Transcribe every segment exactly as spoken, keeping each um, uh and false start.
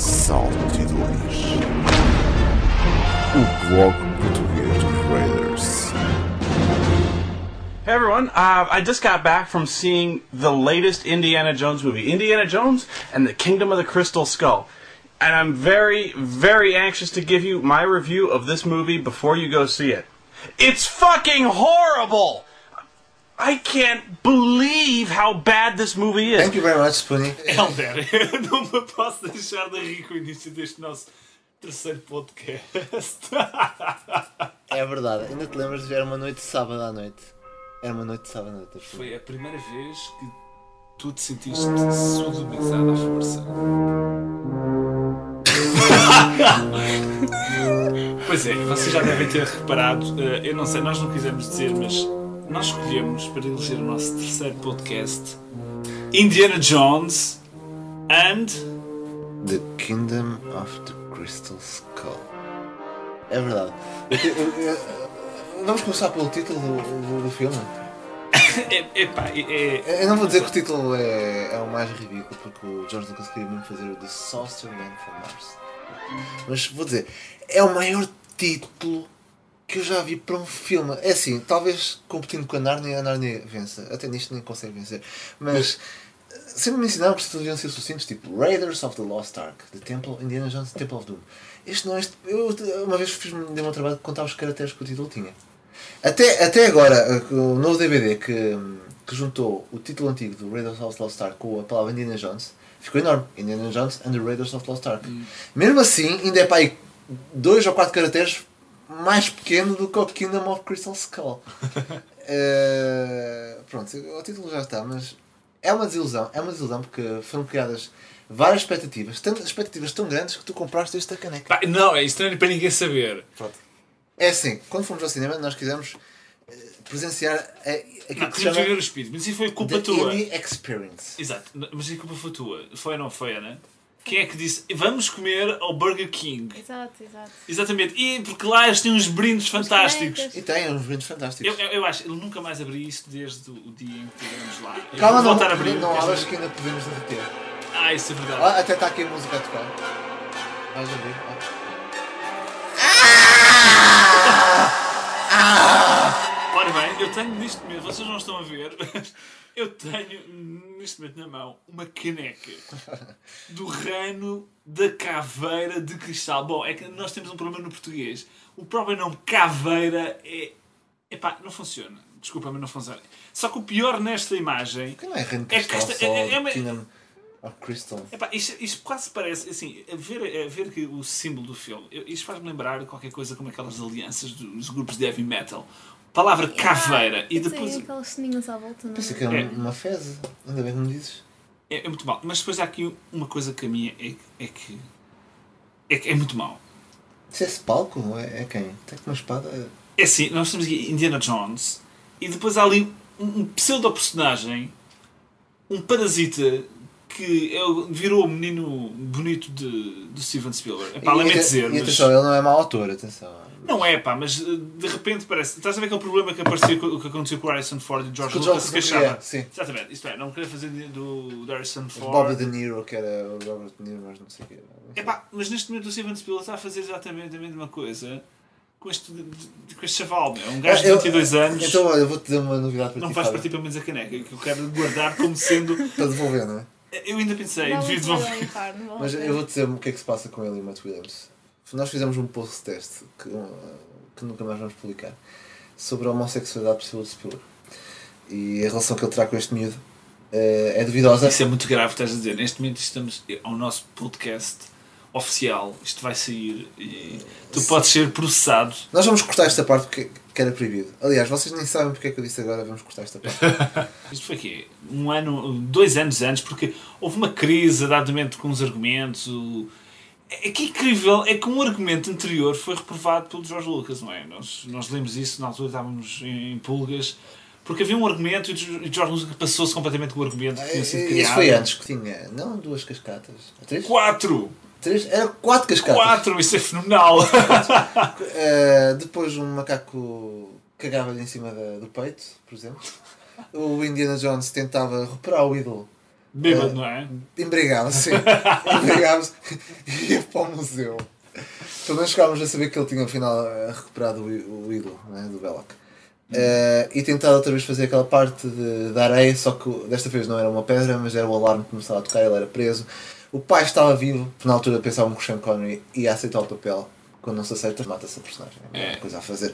Salto dois. O blog português dos Raiders. Hey everyone, uh, I just got back from seeing the latest Indiana Jones movie, Indiana Jones and the Kingdom of the Crystal Skull. And I'm very, very anxious to give you my review of this movie before you go see it. It's fucking horrible! I can't believe how bad this movie is. Thank you very much, Spoonie. Helder, eu não me posso deixar de rir com o início deste nosso terceiro podcast. É verdade, ainda te lembras de era uma noite de sábado à noite. Era uma noite de sábado à noite. Foi a primeira vez que tu te sentiste sodomizado à força. Pois é, vocês já devem ter reparado, eu não sei, nós não quisemos dizer, mas nós escolhemos para eleger o nosso terceiro podcast Indiana Jones and The Kingdom of the Crystal Skull. É verdade. Eu- eu- eu- Vamos começar pelo título do, do, do filme. é, epá, é, Eu não vou dizer que o título é, é o mais ridículo, porque o George Lucas queria mesmo fazer o The Saucer Man from Mars. Mas vou dizer, é o maior título que eu já vi para um filme. É assim, talvez competindo com a Narnia, a Narnia vença. Até nisto nem consegue vencer. Mas sempre me ensinaram que deviam ser sucintos, tipo Raiders of the Lost Ark, The Temple, Indiana Jones, The Temple of Doom. Este não é este. Eu uma vez fiz-me dei um trabalho de contar os caracteres que o título tinha. Até, até agora, o novo D V D que, que juntou o título antigo do Raiders of the Lost Ark com a palavra Indiana Jones ficou enorme. Indiana Jones and the Raiders of the Lost Ark. Hum. Mesmo assim, ainda é para aí dois ou quatro caracteres mais pequeno do que o Kingdom of Crystal Skull. uh, pronto, o título já está, mas é uma desilusão. É uma desilusão porque foram criadas várias expectativas, tantas expectativas tão grandes que tu compraste esta caneca. pá, não, é estranho para ninguém saber. Pronto. É assim, quando fomos ao cinema nós quisemos uh, presenciar a, aquilo Não, que se queríamos chama ver o espírito, mas isso foi culpa The tua. Indie Experience. Exato, mas a culpa foi tua. Foi ou não foi, Ana? Quem é que disse vamos comer ao Burger King? Exato, exato. Exatamente, e porque lá eles têm uns brindes fantásticos. canecas. E tem uns brindes fantásticos. Eu, eu, eu acho, ele nunca mais abri isto desde o dia em que estivemos lá. Eu Calma, vou não, voltar a abrir. não queres abras ver? que ainda podemos derreter. Ah, isso é verdade. Olha, até está aqui a música a tocar. Vais abrir? Ora bem, eu tenho neste momento, vocês não estão a ver, eu tenho neste momento na mão uma caneca do reino da caveira de cristal. Bom, é que nós temos um problema no português. O próprio nome caveira é... Epá, não funciona. Desculpa, mas não funciona. Só que o pior nesta imagem... Que não é reino de É que cristal, esta- só é- é uma- Kingdom of Crystal. Epá, isto, isto quase parece, assim, a ver, a ver que o símbolo do filme, eu- isto faz-me lembrar qualquer coisa como aquelas alianças dos grupos de heavy metal. Palavra caveira. E depois... Tem aquelas sininhas à volta, não Pensei é? que era É. uma fezes. Ainda bem que me dizes. É, é muito mal. Mas depois há aqui uma coisa que a minha é, é que... É que é muito mal. Isso é esse palco? É, é quem? Tem com uma espada? É assim, nós temos aqui Indiana Jones e depois há ali um, um pseudo-personagem, um parasita que é, o- virou o menino bonito de, do Steven Spielberg. Epá, lamento e, dizer, e mas... atenção, ele não é mau autor, atenção. Não é, pá, mas uh, de repente parece... Estás a ver aquele problema que apareceu com o que aconteceu com o Harrison Ford e o George Que o Lucas George que Lucas achava... queria, sim. Exatamente, isto é, não queria fazer do, do Harrison Ford... Bobby De Niro, que era o Robert De Niro, mas não sei o quê. Epá, mas neste momento o Steven Spielberg está a fazer exatamente a mesma coisa com este, com este chaval, meu. Um gajo de Eu- vinte e dois anos... Então, olha, eu vou-te dizer uma novidade para Não ti, vais Fábio. partir pelo menos a caneca, que eu quero guardar como sendo... Para devolver, não é? Eu ainda pensei, Não, devia não vai devolver... limpar, não vale Mas a eu pena. vou-te dizer o que é que se passa com ele e o Matt Williams. Nós fizemos um post teste que, que nunca mais vamos publicar sobre a homossexualidade possível de Spielberg. E a relação que ele terá com este miúdo eh, é duvidosa. Isso é muito grave, estás a dizer. Neste momento estamos ao nosso podcast oficial. Isto vai sair e tu podes ser processado. Nós vamos cortar esta parte porque que era proibido. Aliás, vocês nem sabem porque é que eu disse agora vamos cortar esta parte. Isto foi quê? Um ano, dois anos antes, porque houve uma crise, dadamente com os argumentos. O... É que incrível é que um argumento anterior foi reprovado pelo George Lucas, não é? Nós, nós lemos isso, na altura estávamos em, em pulgas, porque havia um argumento e o George Lucas passou-se completamente com o argumento que tinha sido criado. Isso foi antes que tinha, não duas cascatas. Três? Quatro! Três? Era quatro cascatas. Quatro! Isso é fenomenal! Uh, depois um macaco cagava-lhe em cima da, do peito, por exemplo. O Indiana Jones tentava recuperar o ídolo Bêbado, Uh, não é? Embriagava-se, sim. Embriagava-se e ia para o museu. Pelo menos chegámos a saber que ele tinha afinal recuperado o, o ídolo, não é? Do Belloc. Uh, e tentado outra vez fazer aquela parte de, da areia, só que desta vez não era uma pedra, mas era o alarme que começava a tocar, ele era preso. O pai estava vivo, na altura pensavam que o Sean Connery ia aceitar o papel. Quando não se aceita, mata-se a personagem. É a melhor É. coisa a fazer.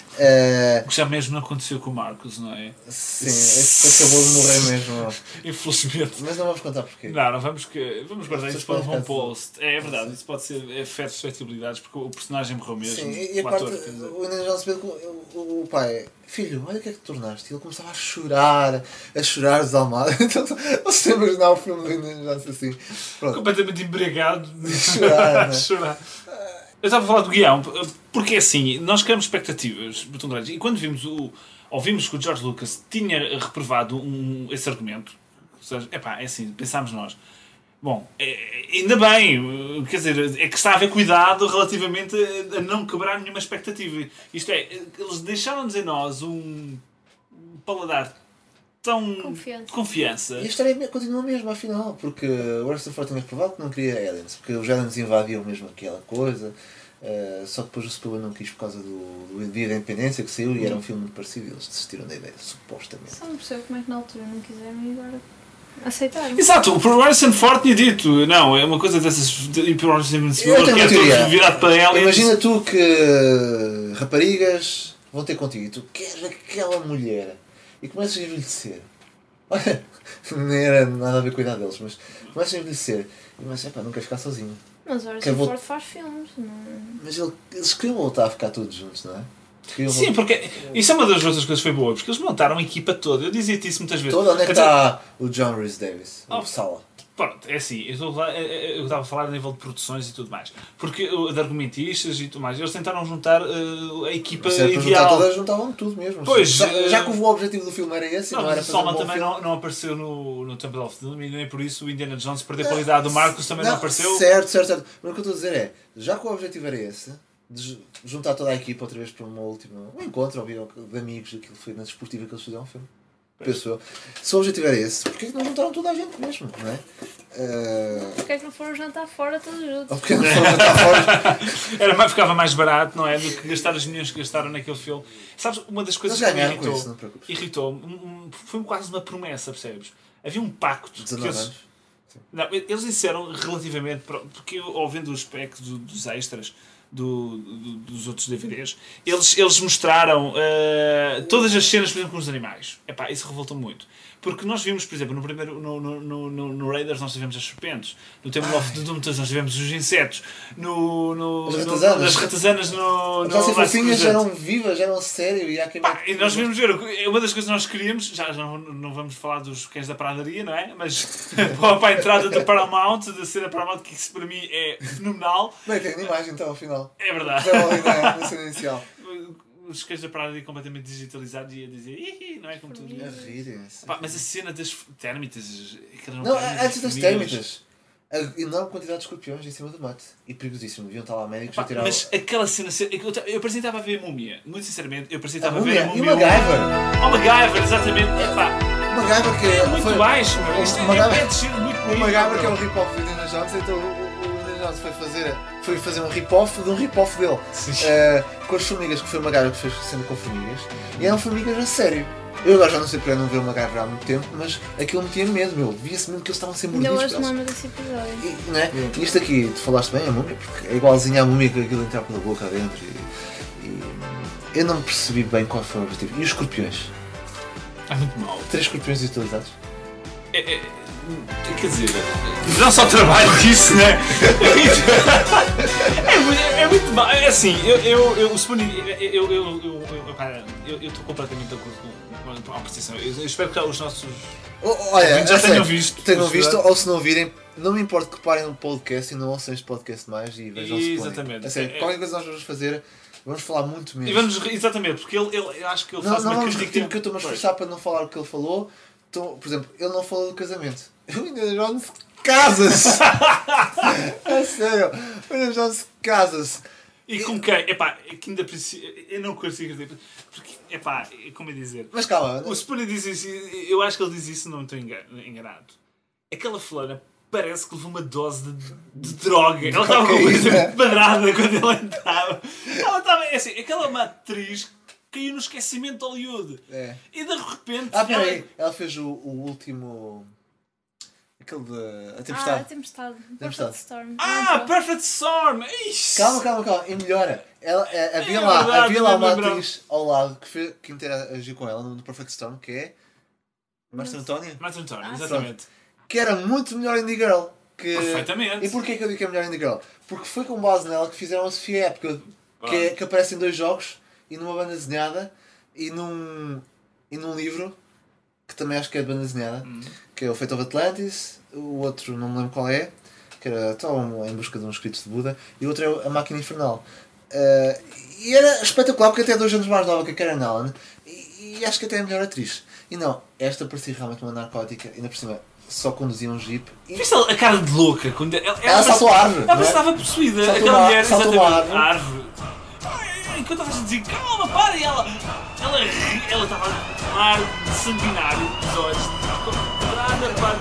Uh, O que já mesmo não aconteceu com o Marcos, não é? sim, esse acabou de morrer mesmo. Infelizmente. Mas não vamos contar porquê. Não, não vamos, que, vamos guardar As isso para pessoas um podem post. É verdade, isso pode ser é, fé de suscetibilidades, porque o personagem morreu mesmo. Sim, e a o parte, ator, quer dizer. o Indiana Jones, o, o, o pai, filho, olha o que é que te tornaste. E ele começava a chorar, a chorar desalmado. Então, você imaginar o filme do Indiana Jones assim. Pronto, Completamente embriagado. chorar, né? chorar. Eu estava a falar do guião, porque assim, nós criamos expectativas muito grandes. E quando vimos o, ouvimos que o George Lucas tinha reprovado um, esse argumento, ou seja, epá, é assim, pensámos nós. Bom, é, ainda bem, quer dizer, é que está a haver cuidado relativamente a, a não quebrar nenhuma expectativa. Isto é, eles deixaram-nos em nós um paladar tão Confiança. de confiança. E a história continua mesmo, afinal, porque o Harrison Ford tinha provado que não queria aliens, porque os aliens invadiam mesmo aquela coisa, uh, só que depois o Spielberg não quis por causa do, do Dia da Independência que saiu e era um filme muito parecido e eles desistiram da ideia, supostamente. Só não percebo como é que na altura não quiseram e agora aceitaram. Exato, o Harrison Ford tinha dito, não, é uma coisa dessas, e por Harrison Eu Ford tenho que é uma teoria. todo virado para ela. Imagina tu que raparigas vão ter contigo e tu queres aquela mulher e começas a envelhecer. Olha, nem era nada a ver com a idade deles, mas começas a envelhecer e começas, epá, não queres ficar sozinho. Mas o Que Harrison eu vou- Ford faz filmes, não... Mas ele, eles queriam voltar a ficar todos juntos, não é? Queriam Sim, voltar- porque isso é uma das outras coisas que foi boa, porque eles montaram a equipa toda. Eu dizia-te isso muitas vezes. Todo, onde é que Quer dizer, está o John Rhys Davis? Oh. O Sala. Pronto, é assim, eu estou a falar- eu estava a falar a nível de produções e tudo mais. Porque uh, de argumentistas e tudo mais, eles tentaram juntar uh, a equipa Se era para juntar ideal. todas, juntavam tudo mesmo. Pois, já, eh, já que o objetivo do filme era esse, Não, não, era mas o fazer um Salman bom também filme. não, não apareceu no, no Temple of Doom e nem por isso o Indiana Jones perdeu a qualidade. O Marcos também não, apareceu. Certo, certo, certo. Mas o que eu estou a dizer é, já que o objetivo era esse, de ju- juntar toda a equipa outra vez para uma última, um encontro ou de amigos, aquilo foi na desportiva que eles fizeram o filme. Penso eu. Se o objetivo era esse, porquê que não juntaram toda a gente mesmo, não é? Uh... Porquê é que não foram jantar fora todos juntos? Ou porque não foram jantar fora? Era, mais- ficava mais barato, não é? Do que gastar os milhões que gastaram naquele filme. Sabes, uma das coisas Eles que me ganharam com irritou, isso, não te preocupes. irritou um, um, foi quase uma promessa, percebes? Havia um pacto. que dezanove eles, anos. não, eles disseram relativamente, pro- porque eu, ouvindo os specs do- dos extras, do, do- dos outros D V Ds, eles, eles mostraram uh, todas as cenas, por exemplo, com os animais. Epá, isso revoltou muito. Porque nós vimos, por exemplo, no primeiro no, no, no, no, no Raiders nós tivemos as serpentes, no Temple of Doom nós tivemos os insetos, no, no, As no- ratazanas. nas ratazanas no, no Apesar de ser Last fofinhas, Crusade. eram vivas, eram sério e há quem Pá, e nós vimos ver, uma das coisas que nós queríamos, já, já não, não vamos falar dos cães da pradaria, não é? Mas para a entrada da Paramount, da cena Paramount, que isso para mim é fenomenal, Bem, tem imagem então ao final. é verdade. Já ali na, na cena inicial. Os cães da pradaria completamente digitalizados e a dizer, "Ih, não é como tu A dizes." rirem-se. Pá, mas a cena das térmitas, aquelas Não, térmitas antes das formigas. térmitas. A enorme quantidade de escorpiões em cima do mate. E perigosíssimo. Deviam estar lá médicos Pá, a tirar mas aquela cena, eu, eu parecia que estava a ver a múmia, muito sinceramente, eu parecia que a estava a ver a múmia. E múmia. o MacGyver. Oh, MacGyver, exatamente. Epá, O MacGyver que é muito foi... baixo, meu. Isto o é, MacGyver- é descer muito O bonito, MacGyver que é meu. um rip-off do Indiana Jones, então o, o, o Indiana Jones foi fazer, foi fazer um rip-off de um rip-off dele. Eh, com as formigas, que foi o MacGyver que fez cena com formigas. E eram formigas a sério. Eu agora já não sei porque eu não vi o MacGyver há muito tempo, mas aquilo metia medo, meu. Via-se mesmo que eles estavam a ser Ainda mordidos. hoje por não eles. lembro desse episódio. E, não é? E isto aqui, tu falaste bem, a múmia, porque é igualzinho à múmia que aquilo entrar pela boca dentro. E, e eu não percebi bem qual foi o objetivo. E os escorpiões? É muito mau. Três escorpiões utilizados? É, é, quer dizer, não só trabalho disso, né? É muito, é muito mal. É assim, eu, eu, eu, o Spoonie, eu, eu, eu, eu, eu, pá, eu, eu estou completamente de acordo com, com a apreciação. Eu, eu espero que os nossos. Oh, olha, Já a sério, tenham visto. Tenham visto, verdade. ou se não virem, não me importa que parem no podcast e não ouçam este podcast mais e vejam o Spoonie. Exatamente. A sério, É- qualquer coisa nós vamos fazer, vamos falar muito menos. E vamos, exatamente, porque ele, ele, eu acho que ele Não, faz não uma vamos crítica. repetir porque eu estou-me a esforçar para não falar o que ele falou. Então, por exemplo, ele não falou do casamento. O Indiana Jones casa-se! É sério, o Indiana Jones casa-se. E com quem? Epá, é que ainda preciso. Eu não consigo dizer. Porque, epá, como é dizer? Mas calma, O Spoonie diz isso, eu acho que ele diz isso, não estou engan- enganado. aquela fulana parece que levou uma dose de, de droga. Ela estava com uma coisa parada quando ela entrava. Ela estava, é assim, aquela é uma atriz que caiu no esquecimento de Hollywood. É. E de repente... Ah, peraí, ela... ela fez o, o último... Aquele de... A Ah, Tempestade. a Tempestade. Tempestade. Perfect Storm. Ah, Muito Perfect Storm! Ixi. Calma, calma, calma. E melhora. Ela, é, havia É lá, verdade, havia lá uma lembrava. atriz ao lado que, fez, que interagiu com ela no Perfect Storm, que é... Marcia Antónia. Martin Storm, Ah, exatamente. Que era muito melhor Indie Girl. Que... Perfeitamente. E porquê que eu digo que é melhor Indie Girl? Porque foi com base nela que fizeram a Sofia Época, que, é, que aparece em dois jogos, e numa banda desenhada, e num, e num livro, que também acho que é de banda desenhada, Hum. que é o Fate of Atlantis, o outro não me lembro qual é, que era estavam em busca de uns escritos de Buda, e o outro é a Máquina Infernal. Uh, e era espetacular porque até é dois anos mais nova que a Karen Allen, e, e acho que até é a melhor atriz. E não, esta parecia realmente uma narcótica, ainda por cima só conduzia um jeep. E... Viste a cara de louca? Quando ela, ela, Ela saltou a árvore. Ela não é? estava possuída. Saltou Aquela uma- mulher, saltou exatamente. uma árvore. A árvore. Ai, enquanto estavas a dizer calma, para, e ela. Ela ri, ela estava a tomar de sanguinário os olhos. Quadrada, pá.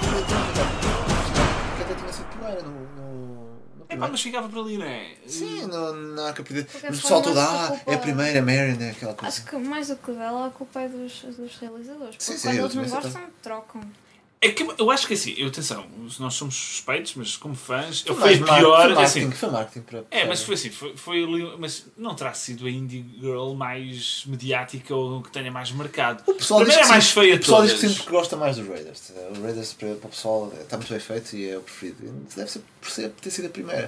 Que até tinha sido primeira no, no, no É pá, primeiro. mas ficava por ali, não é? Sim, no, na Arca Perdida. qualquer Mas o forma, pessoal todo, acho que a ah, culpa- é a primeira, Marion, é aquela coisa. Acho que mais do que dela, a culpa é dos, dos realizadores. Porque Sim, sim, quando eu eles não também sei gostam, trocam. É que eu acho que assim, eu, atenção, nós somos suspeitos, mas como fãs, eu Foi fui mais mar- pior. foi é marketing, assim, foi marketing para... é, mas foi assim, foi, foi ali, mas não terá sido a Indie Girl mais mediática ou que tenha mais mercado. O pessoal Para diz mim que é mais sim, feia o pessoal diz que todas. sim porque gosta mais dos Raiders. O Raiders para, para o pessoal está muito bem feito e é o preferido. Deve ser por ser, por ter sido a primeira.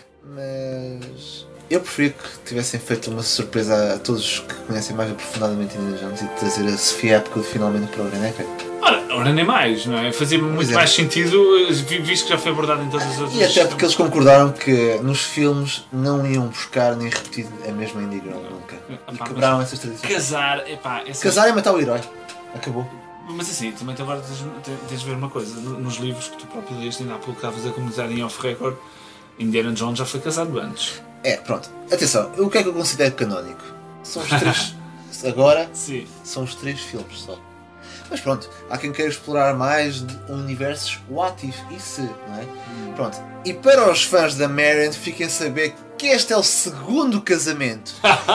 Mas eu prefiro que tivessem feito uma surpresa a todos os que conhecem mais aprofundadamente Indiana Jones e trazer a Sofia Época finalmente para o Gran Ecran. Ora, ora nem mais, não é? Fazia muito é. mais sentido, vi- visto que já foi abordado em todas as outras... E até porque eles concordaram que nos filmes não iam buscar nem repetir a mesma Indie Girl nunca. E Epá, mas quebraram essas tradições. Casar, epá... Essa... Casar é matar o herói. Acabou. Mas assim, também tu agora tens, tens de ver uma coisa. no- Nos livros que tu próprio leste, ainda há pouco estavas a comentar em off-record, Indiana Jones já foi casado antes. É, pronto. Atenção, o que é que eu considero canónico? São os três. Agora Sim. são os três filmes só. Mas pronto, há quem queira explorar mais de universos what if e se, não é? Pronto. E para os fãs da Marion, fiquem a saber que este é o segundo casamento.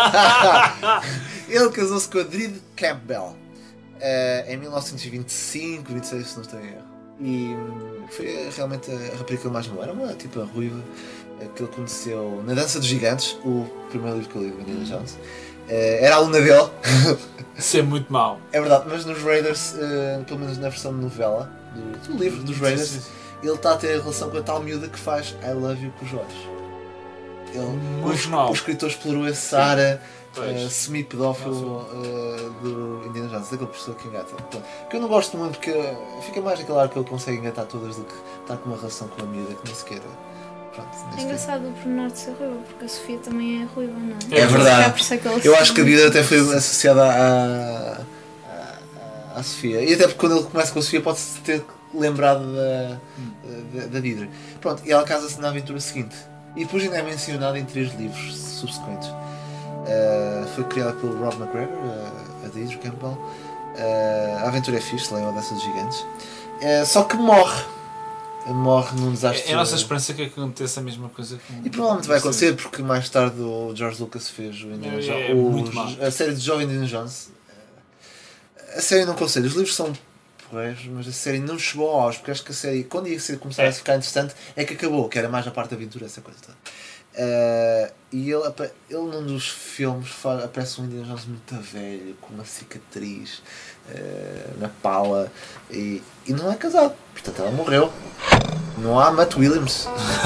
Ele casou-se com a Drid Campbell eh, em mil novecentos e vinte e cinco, vinte e seis, se não estou em erro. E hum, foi realmente a rapariga que ele mais amou. Era uma tipo a ruiva eh, que ele conheceu na Dança dos Gigantes, o primeiro livro que eu li, Indiana Jones. Eh, era aluna dele. Isso é muito mau. É verdade, mas nos Raiders, eh, pelo menos na versão de novela do, do livro dos Raiders, Sim, sim, sim. ele está a ter relação com a tal miúda que faz I love you com os olhos. Ele, Muito o, mal. o escritor explorou esse área Pois. uh, semi-pedófilo uh, do Indiana Jones, daquele professor que engata. Pronto. Que eu não gosto muito porque fica mais naquele ar que ele consegue engatar todas do que estar com uma relação com a miúda que nem sequer. Pronto, nem É sequer. engraçado o pormenor de ser ruiva, porque a Sofia também é ruiva, não é? É verdade. É por isso é que ele Eu se- acho que a vida até foi associada à, à, à Sofia. E até porque quando ele começa com a Sofia pode-se ter lembrado da, da, da Deidre. Pronto, e ela casa-se na aventura seguinte. E depois ainda é mencionada em três livros subsequentes. Uh, foi criada pelo Rob McGregor, uh, a Deidre Campbell. Uh, a aventura é fixe, leiam a Dança dos Gigantes. Uh, só que morre. Morre num desastre. É a nossa esperança que aconteça a mesma coisa com... E provavelmente vai acontecer porque mais tarde o George Lucas fez o Indiana É, Jones, é o- muito mau. a série de Jovem Indiana Jones. A série não conselho, os livros são porreiros, mas a série não chegou ao auge, porque acho que a série, quando ia ser, começar É. a ficar interessante, é que acabou, que era mais a parte da aventura, essa coisa toda. Uh, e ele, apa- ele num dos filmes fa- aparece um Indiana Jones muito velho, com uma cicatriz uh, na pala, e, e não é casado, portanto ela morreu. Não há Matt Williams.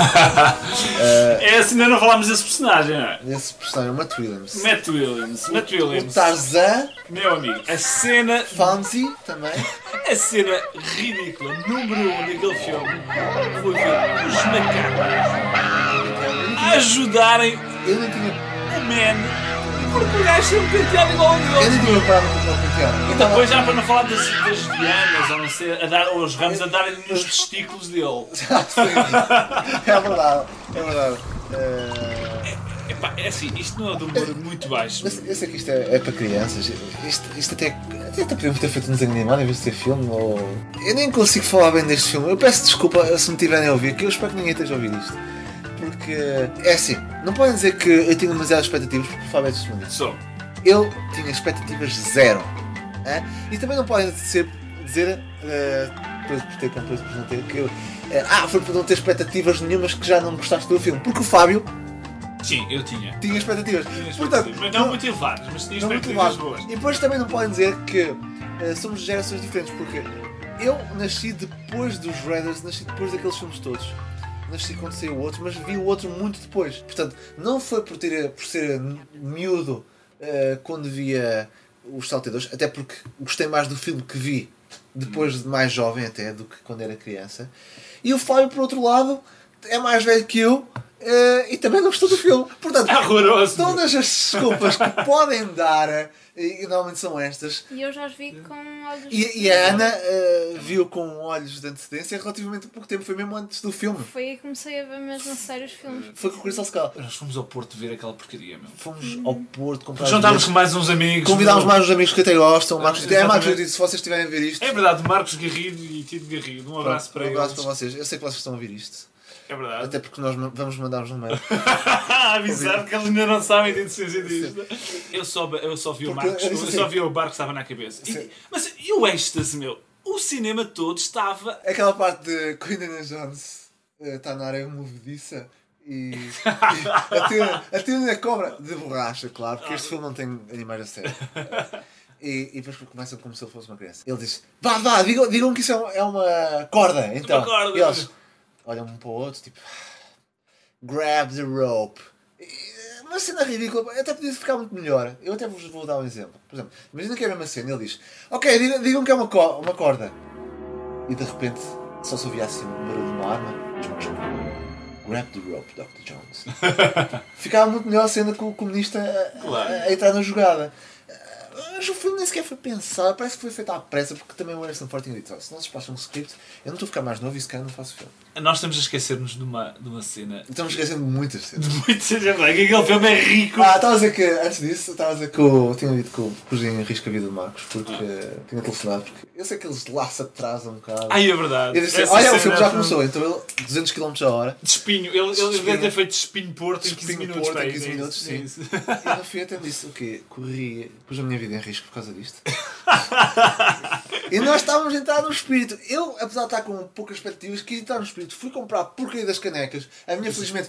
É assim, ainda não falámos desse personagem, não é? Esse personagem é o Matt Williams. Matt Williams, Matt O Williams. Tarzan, Meu amigo, a cena, Fonzie também. a cena ridícula, número um daquele filme, foi ver os macacos a ajudarem Eu não tinha, o man, porque o gajo tem um penteado igual ao eu não dele. tinha parado no papel penteado. E depois já para não falar das, das dianas, ou, não sei, a dar, ou os ramos a darem nos testículos dele. É verdade, é verdade. Eh, Epá, é assim, isto não é de um humor muito baixo. mas eu sei que isto é, é para crianças. Isto, isto até, Até podíamos ter feito um desenho animado em vez de ser filme. Ou... Eu nem consigo falar bem deste filme. Eu peço desculpa se me tiverem a ouvir, que eu espero que ninguém esteja a ouvir isto. Porque é assim, não podem dizer que eu tenho demasiadas expectativas, porque o Fábio é testemunho. Sou. Eu tinha expectativas zero. É? E também não podem dizer, dizer uh, por ter compreso por não ter, que eu, uh, ah, foi por não ter expectativas nenhumas que já não gostaste do filme. Porque o Fábio Sim, eu tinha. tinha expectativas. Tinha expectativas. Portanto, Mas não muito elevadas, mas tinha não muito expectativas elevado. boas. E depois também não podem dizer que uh, somos de gerações diferentes, porque eu nasci depois dos Raiders, nasci depois daqueles filmes todos. Nasci quando saiu o outro, mas vi o outro muito depois. Portanto, não foi por, ter, por ser miúdo uh, quando via os Salteadores, até porque gostei mais do filme que vi depois de mais jovem até do que quando era criança. E o Fábio, por outro lado, é mais velho que eu uh, e também não gostou do filme. Portanto, É horroroso. todas as desculpas que podem dar, uh, e normalmente são estas. E eu já os vi com olhos... E, e a Ana uh, viu com olhos de antecedência relativamente pouco tempo, foi mesmo antes do filme. Foi aí que comecei a ver mesmo a sério os filmes. Foi com o Crystal Skull. Nós fomos ao Porto ver aquela porcaria, meu. Fomos ao Porto comprar. Juntámos os com mais uns amigos. Convidámos meu. mais uns amigos que até gostam. Marcos, é, Exatamente. Marcos, eu disse, se vocês estiverem a ver isto. É verdade, Marcos Garrido e Tito Garrido. Um abraço Pronto, para um abraço eles. para vocês. Eu sei que vocês estão a ouvir isto. É verdade. Até porque nós ma- vamos mandar-vos um mail. Avisar que eles ainda não sabem da existência disto. Eu só, eu só vi o Porque Marcos, eu eu disse só assim- vi o barco que estava na cabeça. E- Sim. mas e o êxtase, meu? O cinema todo estava. Aquela parte de que o Indiana Jones eh, está na área movediça e, e atira, atira na cobra de borracha, claro, porque este filme não tem animais a sério. E, e depois começam como se ele fosse uma criança. Ele diz: vá, vá, digam, digam que isso é uma, é uma corda. Então, corda. E eles olham um para o outro, tipo, grab the rope. E, uma cena ridícula, até podia ficar muito melhor. Eu até vos vou dar um exemplo. Por exemplo, imagina que é a mesma cena. Ele diz: ok, digam, digam que é uma, co- uma corda. E de repente só se ouvia assim o barulho de uma arma. Grab the rope, doutor Jones. Ficava muito melhor a cena com o comunista a, Claro. a, a entrar na jogada. Mas o filme nem sequer foi pensado, parece que foi feito à pressa, porque também o Harrison Ford tinha dito: se não se passa um script, eu não estou a ficar mais novo e se calhar não faço filme. Nós estamos a esquecer-nos de uma, de uma cena. Estamos esquecendo muitas cenas. Muito seja bem, que aquele filme é rico. Ah, estava a dizer que, antes disso, estava a dizer que eu tinha dito que o Cozinho arrisca a vida de Marcos, porque Ah. tinha telefonado, porque eu sei que eles lá se atrasam um bocado. Ai, é verdade. Eu disse: Essa olha, o cena filme já foi- começou, então ele, duzentos quilómetros a hora. De espinho, ele, ele Espinho. deve ter feito de espinho Porto em quinze Espinho minutos. Porto em pá, quinze é isso, minutos, é sim. isso. E no fim até me disse: o quê? Corri, pus a minha vida em risco por causa disto. E nós estávamos a entrar no espírito. Eu, apesar de estar com poucas expectativas, quis entrar no espírito. Fui comprar a porcaria das canecas. A minha, felizmente,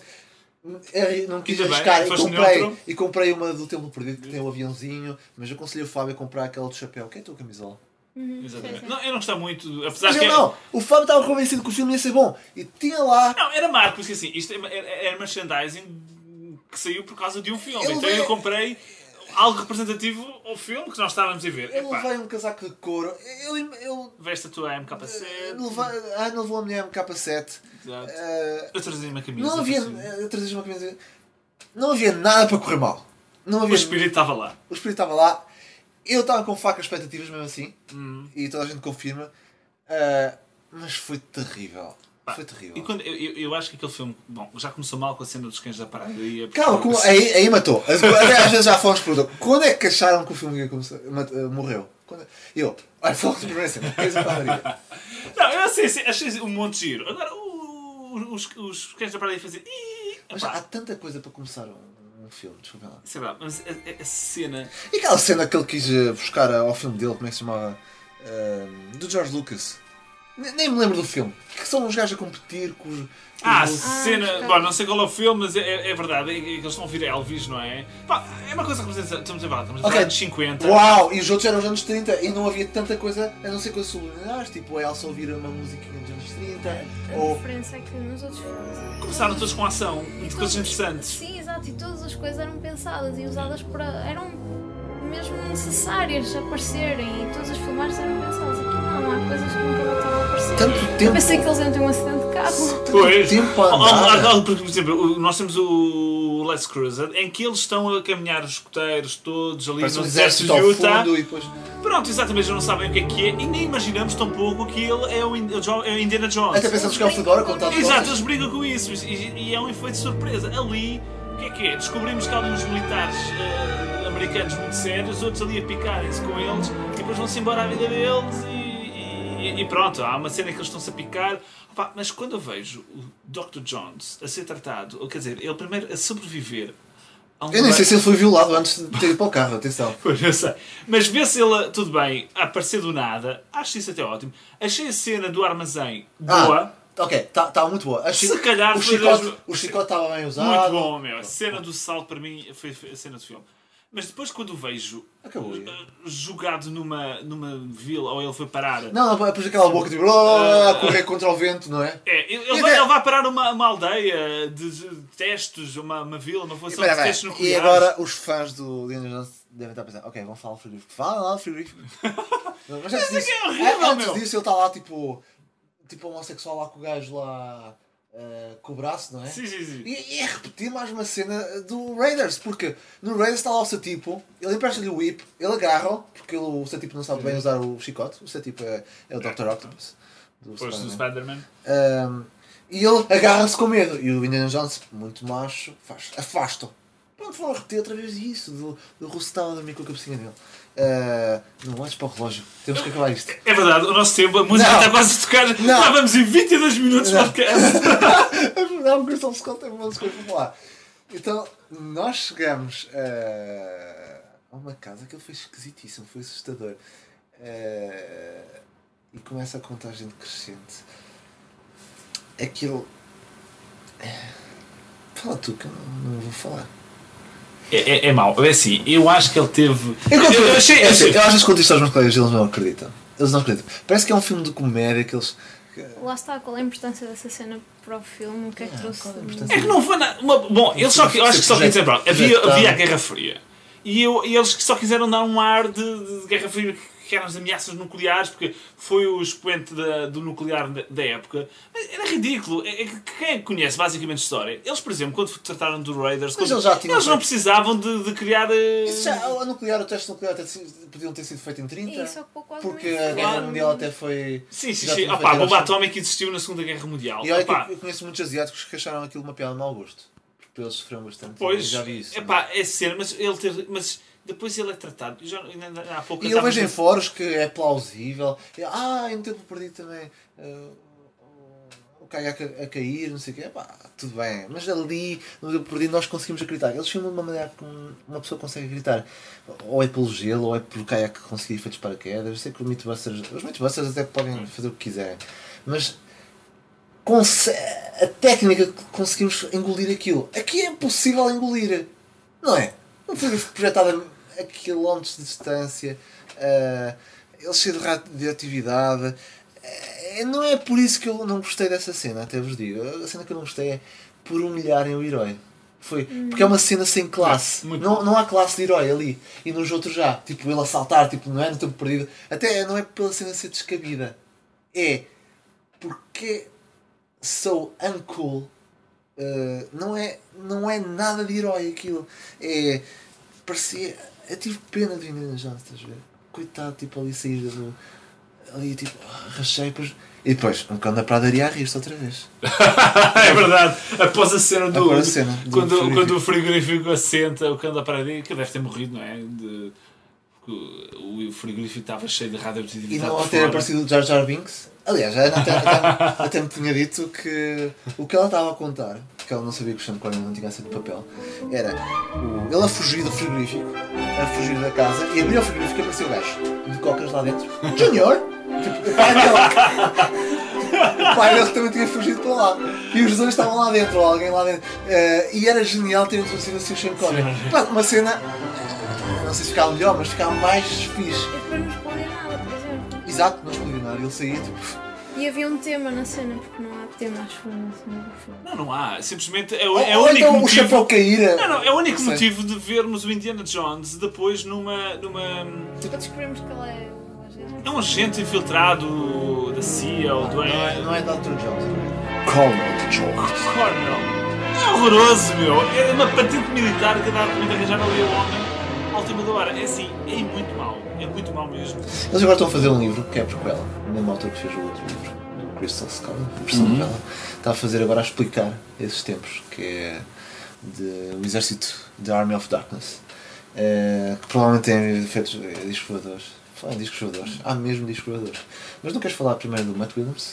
eu não quis Ainda bem, arriscar e foste comprei, neutro. e comprei uma do Templo Perdido que tem o aviãozinho. Mas eu aconselhei o Fábio a comprar aquela do chapéu. Que é a tua camisola? Uhum, Exatamente. sim, sim. Não, eu não gostava muito, apesar Mas que. eu é- não. O Fábio estava convencido que o filme ia ser bom. E tinha lá. Não, era marco, porque assim, isto era, era merchandising que saiu por causa de um filme. Eu então levei- eu comprei algo representativo ao filme que nós estávamos a ver. Eu Epá, levei um casaco de couro. Eu, eu, veste a tua M K sete. levei, a Ana levou a minha M K sete. Exato. Eh, Eu trazia uma camisa. Não havia. por cima. Eu trazia uma camisa. Não havia nada para correr mal. Não O havia. espírito estava lá. O espírito estava lá. Eu estava com facas expectativas mesmo assim. Hum. E toda a gente confirma. Ah, mas foi terrível. Pá, Foi terrível. E quando, eu, eu, eu acho que aquele filme, bom, já começou mal com a cena dos cães da padaria. Calma, como- aí, aí matou. Às às vezes já fomos por quando é que acharam que o filme ia começar, mat- eh, morreu? Quando é- Eu, olha, fomos por primeira cena. Cães da padaria. Não, eu achei, achei um monte de giro. Agora, o- os, os cães da padaria faziam. "Ih", Mas epá, há tanta coisa para começar um, um filme, desculpa lá. sei lá, mas a, a- a cena. E aquela cena que ele quis eh, buscar ao filme dele, como é que se chamava? Ah, do George Lucas. Nem, nem me lembro do filme. Que são os gajos a competir com os. com Ah, os- cena. Ah, Bom, não sei qual é o filme, mas é, é- é verdade. É, é que eles estão a ouvir Elvis, não é? Pá, é uma coisa que representa. Estamos a falar, estamos a Ok. falar dos cinquenta. Uau! E os outros eram os anos trinta e não havia tanta coisa a não ser coisas subliminares, tipo a Elsa ouvir uma musiquinha dos anos trinta. A Ou. diferença é que nos outros filmes... Começaram todos com ação, e de coisas todas- interessantes. Sim, exato. E todas as coisas eram pensadas e usadas para... Eram mesmo necessárias aparecerem e todas as filmagens eram pensadas. Aqui não, há coisas que nunca voltaram a aparecer. Tanto Eu tempo. pensei que eles iam ter um acidente de carro. Tanto Pois. tempo a Há- há- andar. há- Por exemplo, o- nós temos o Let's Cruiser, em que eles estão a caminhar os escoteiros todos ali Parece um no deserto exército de ao Utah. fundo e depois. Pronto, exatamente, já não sabem o que é que é e nem imaginamos tão pouco que ele é o, In- o Jo- é o Indiana Jones. Até pensamos que é o Fedora com tal Exato, eles brincam com isso e, e é um efeito de surpresa. Ali O que é que é? Descobrimos que há uns militares uh, americanos muito sérios, outros ali a picarem-se com eles e depois vão-se embora à vida deles e, e, e pronto, há uma cena que eles estão-se a picar. Opa, mas quando eu vejo o doutor Jones a ser tratado, ou quer dizer, ele primeiro a sobreviver a um Eu nem sei se ele foi violado antes de ter ido para o carro, atenção. Pois, eu sei. Mas vê-se ele, tudo bem, a aparecer do nada, acho isso até ótimo. Achei a cena do armazém boa. Ah, ok, está tá muito boa. A Se chi- calhar o foi chicote, das- o chicote estava bem usado. Muito bom, meu. A cena do salto para mim foi foi a cena do filme. Mas depois quando o vejo Acabou. uh, jogado numa, numa vila, ou ele foi parar. Não, não, depois aquela boca tipo, "Oh", a correr contra o vento, não é? É, ele, E ele vai, até- ele vai parar uma, uma aldeia de, de testes, uma, uma vila, uma função Espera, de testes espera. E nucleares. agora os fãs do Indiana Jones devem estar a pensar, ok, vamos falar do frigorífico. Fala lá do frigorífico. Mas antes disso, é horrível, antes meu. disso ele está lá tipo, tipo homossexual lá com o gajo lá eh, com o braço, não é? Sim, sim, sim. E, e é repetir mais uma cena do Raiders, porque no Raiders está lá o seu tipo, ele empresta-lhe o whip, ele agarra-o, porque ele- o seu tipo não sabe bem usar o chicote, o seu tipo é, é o doutor Octopus. Do Depois do Spider-Man. Spider-Man. Um, e ele agarra-se com medo. E o Indiana Jones, muito macho, faz, afasta-o. Pronto, vão repetir outra vez isso, do, do russo estava a dormir com a cabecinha dele. Uh, não olhes para o relógio, temos que acabar isto. É verdade, o nosso tempo, a música Não. está quase a tocar. Não. Estávamos em vinte e dois minutos de Não. podcast. É verdade, o Crystal Skull tem muitas coisas para falar. Então, nós chegamos uh, a uma casa, aquilo foi esquisitíssimo, foi assustador. Uh, e começa a contagem decrescente. Aquilo. Fala tu, que eu não, não vou falar. É, é, é mau. É assim, eu acho que ele teve. Eu, confio- eu achei. eu, achei- eu às vezes conto isto aos meus colegas e eles não acreditam. Eles não acreditam. Parece que é um filme de comédia que eles. Lá está, qual é a importância dessa cena para o filme? O que é que Ah, trouxe? qual é a importância? É que não foi nada. Uma, bom, eles só, eu acho que só quiseram. Pronto, havia, Projetado. havia a Guerra Fria. E, eu, e eles que só quiseram dar um ar de, de Guerra Fria, que eram as ameaças nucleares, porque foi o expoente da, do nuclear da, da época. Mas era ridículo. É, é que quem é que conhece basicamente a história? Eles, por exemplo, quando trataram do Raiders, Mas quando- eles já tinham eles não feito- precisavam de, de criar. eh, Isso já, a nuclear, o teste nuclear até se- podiam ter sido feito em trinta. Isso ocupou quase Porque um a Guerra filme. Mundial até foi. Sim, sim, já sim. tinha Opa, a feito bomba a- atómica existiu na Segunda Guerra Mundial. E olha que Opa, eu conheço muitos asiáticos que acharam aquilo uma piada de mau gosto. Porque eles sofreram bastante. Pois, Eu já vi isso. epá, é ser, mas ele ter, mas depois ele é tratado. Já, ainda há pouco E eu estava- vejo em fóruns que é plausível. E, ah, em tempo perdido também. ah, o caiaque a, a cair, não sei o quê. Epá, tudo bem. Mas ali, no tempo perdido, nós conseguimos acreditar. Eles filmam de uma maneira que um- uma pessoa consegue acreditar. Ou é pelo gelo, ou é pelo caiaque conseguir efeitos paraquedas. Eu sei que os Mythbusters, os Mythbusters até podem fazer o que quiserem. Mas conse- a técnica que conseguimos engolir aquilo. Aqui é impossível engolir. Não é? Não foi projetado a quilómetros de distância. Uh, ele cheio de radioatividade. Uh, não é por isso que eu não gostei dessa cena, até vos digo. A cena que eu não gostei é por humilharem o herói. Foi, porque é uma cena sem classe. Muito Não, não há classe de herói ali. E nos outros já. Tipo, ele a saltar, tipo, não é no tempo perdido. Até não é pela cena ser descabida. É porque sou uncool. Uh, não, é, não é nada de herói aquilo. É. Parecia. Eu tive pena de Indiana Jones, estás a ver? Coitado, tipo, ali sair do. Ali, tipo, ah, rachei. Depois, e depois, um cão da pradaria a rir-se outra vez. É verdade. Após a cena do. Após a cena do quando, frigorífico. quando o frigorífico assenta, o cão da parede, que deve ter morrido, não é? De, o frigorífico estava cheio de E radioatividade. não por ter fora. aparecido o Jar Jar Binks. Aliás, a Ana até, até, até me tinha dito que o que ela estava a contar, porque ela não sabia que o Sean Connery não tinha aceito o papel, era o, ele a fugir do frigorífico, a fugir da casa, e abriu o frigorífico e apareceu o gajo de cocas lá dentro. Junior! Tipo, o pai dele. O pai dele também tinha fugido para lá. E os dois estavam lá dentro, ou alguém lá dentro. Uh, e era genial ter introduzido assim o Sean Connery. Pá, uma cena, uh, não sei se ficava melhor, mas ficava mais fixe. É para não explodir nada, por exemplo. Exato, não explodiu nada, ele saía tipo. E havia um tema na cena, porque não há tema, acho, na cena do filme. Não, não há. Simplesmente é, o- Ou, é o ou único então o motivo. chapéu cair. Não, não, é o único Não sei. motivo de vermos o Indiana Jones depois numa. numa Para descobrirmos que ele é o agente. é um agente infiltrado da C I A ou do Não é, não é doutor Jones. Colonel Jones. Cornell. É horroroso, meu. É uma patente militar que dá de arranjar ali o homem à última da hora. É assim, é muito mau. É muito mau mesmo. Eles agora estão a fazer um livro que é a prequela. O mesmo autor que fez o outro livro, do Crystal Skull, a versão Uhum. novela. Está a fazer agora a explicar esses tempos, que é de o exército da Army of Darkness, uh, que provavelmente tem efeitos discos voadores. Falar em discos voadores, há mesmo discos voadores. Mas não queres falar primeiro do Matt Williams?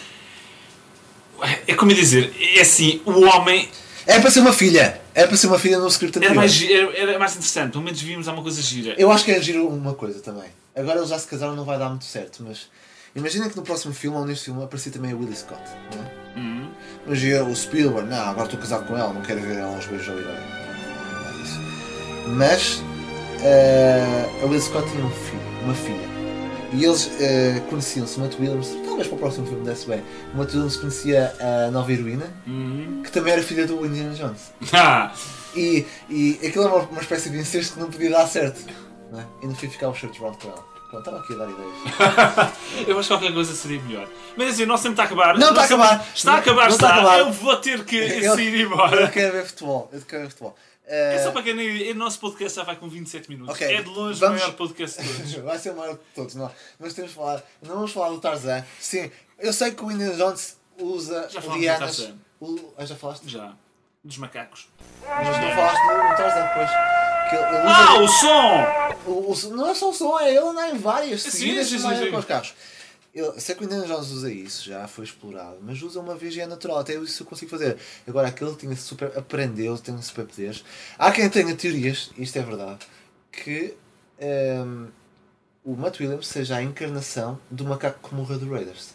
É como eu dizer, é assim, o homem... É para ser uma filha! É para ser uma filha no script anterior. Era mais, gi- era, era mais interessante, pelo menos víamos alguma coisa gira. Eu acho que é giro uma coisa também. Agora eles já se casaram, não vai dar muito certo, mas imagina que no próximo filme, ou neste filme, aparecia também a Willie Scott, não é? Hum. Mas eu, o Spielberg, não, agora estou casado com ela, não quero ver ela uns beijos ao herói. Não é isso. Mas uh, a Willie Scott tinha um filho, uma filha. E eles uh, conheciam-se, o Matt Williams, talvez para o próximo filme desse bem. O Matt Williams conhecia a nova heroína, Hum. que também era filha do Indiana Jones. Ah, E, e aquilo é uma, uma espécie de incesto que não podia dar certo. Não é? E no fim ficava o shirt round com ela. Pronto, estava aqui a dar ideias. eu acho que qualquer coisa seria melhor. Mas assim, o nosso tempo está a acabar. Não O nosso está a tempo- acabar. Está a Não- acabar, não está está. a acabar. Eu vou ter que Eu- sair Eu embora. quero ver futebol. Eu quero ver futebol. É só Uh, para quem nem... O nosso podcast já vai com vinte e sete minutos. Ok, É de longe vamos- o maior podcast de todos. vai ser o maior de todos, não. Mas temos de falar. Não vamos falar do Tarzan. Sim, eu sei que o Indiana Jones usa Já falamos do lianas. Tarzan. O, ah, já falaste? Já. Dos macacos. Mas não falaste no, no Tarzan depois. Que ele, ele usa, Ah, o som! o, o, não é só o som, é ele andar em várias Sim, seguidas sim, sim, com sim. os carros. Eu sei que o Indiana Jones usa isso, já foi explorado, mas usa uma vez e é natural, até isso eu consigo fazer. Agora aquele tinha super, aprendeu, tem super poderes. Há quem tenha teorias, isto é verdade, que ehm, o Matt Williams seja a encarnação do macaco que morreu do Raiders.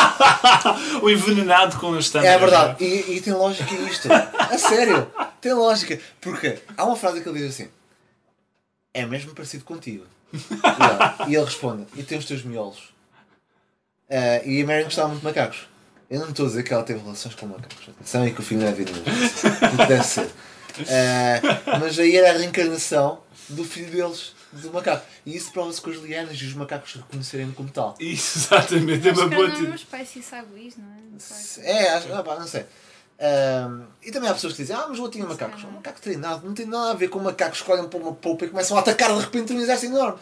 O envenenado com as tampas. É verdade, e, e tem lógica isto. A sério, tem lógica. Porque há uma frase que ele diz assim: é mesmo parecido contigo. E ele, e ele responde: e tem os teus miolos. Uh, e a Marion gostava muito de macacos. Eu não estou a dizer que ela teve relações com macacos. Atenção, e que o filho não é venenoso. Não deve ser. Uh, mas aí era a reencarnação do filho deles, do macaco. E isso prova-se com as lianas e os macacos reconhecerem-no como tal. Isso, exatamente. É Acho uma que boa não é uma teoria. espécie saguís, não é? Não sei. É, acho, ah, pá, não sei. Um, e também há pessoas que dizem: ah, mas o outro tinha macacos. Um macaco treinado não tem nada a ver com macacos que olham para uma polpa e começam a atacar de repente um exército enorme.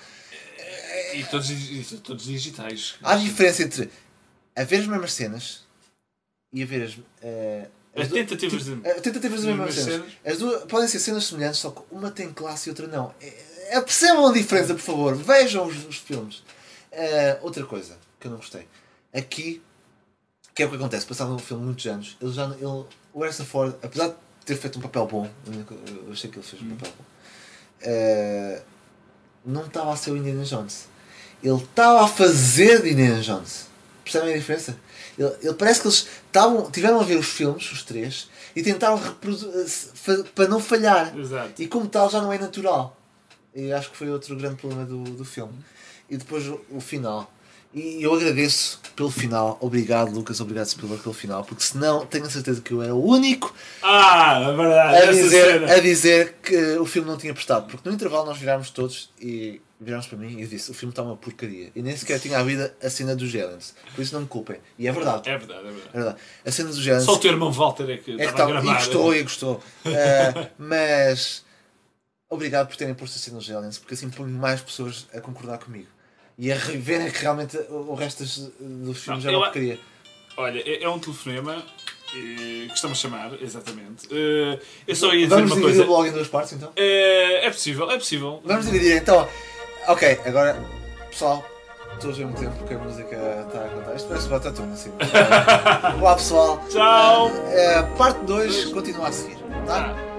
E todos, e todos digitais. Há diferença entre haver as mesmas cenas e haver as. Uh, As du- tentativas tipo, de- uh, tentativas das mesmas mesmas cenas. As duas podem ser cenas semelhantes, só que uma tem classe e outra não. É, é, percebam a diferença, por favor. Vejam os, os filmes. Uh, outra coisa que eu não gostei. Aqui, que é o que acontece? Passado um filme muitos anos, ele já, ele, o Harrison Ford, apesar de ter feito um papel bom, eu achei que ele fez um papel bom, uh, não estava a ser o Indiana Jones. Ele estava a fazer de Indiana Jones. Percebem a diferença? Ele, ele parece que eles estavam, tiveram a ver os filmes, os três, e tentaram reproduzir para não falhar. Exato. E como tal já não é natural. E acho que foi outro grande problema do, do filme. E depois o, o final. E eu agradeço pelo final. Obrigado, Lucas. Obrigado, Spielberg, pelo final. Porque senão tenho a certeza que eu era o único Ah, é verdade. a essa dizer, cena. a dizer que o filme não tinha prestado. Porque no intervalo nós virámos todos e virámos para mim e eu disse: o filme está uma porcaria. E nem sequer tinha havido a cena dos aliens. Por isso não me culpem. E é verdade. É verdade, é verdade. É verdade. A cena dos aliens. Só o teu irmão Walter é que É que estava a tal, e gravar. gostou, e gostou. Uh, mas obrigado por terem posto a cena dos aliens, porque assim ponho mais pessoas a concordar comigo. E a verem que realmente o resto dos, dos filmes Não, é eu uma a- porcaria. Olha, é, é um telefonema eh, que estamos a chamar, exatamente. Eh, eu só ia dizer Vamos uma dividir coisa. o blog em duas partes então? Eh, é possível, é possível. Vamos dividir então. Ok, agora pessoal, todos ao mesmo tempo porque a música está a contar. Isto parece Batatuna assim. Olá pessoal. Tchau. Uh, uh, parte dois continua a seguir. Tá? Ah.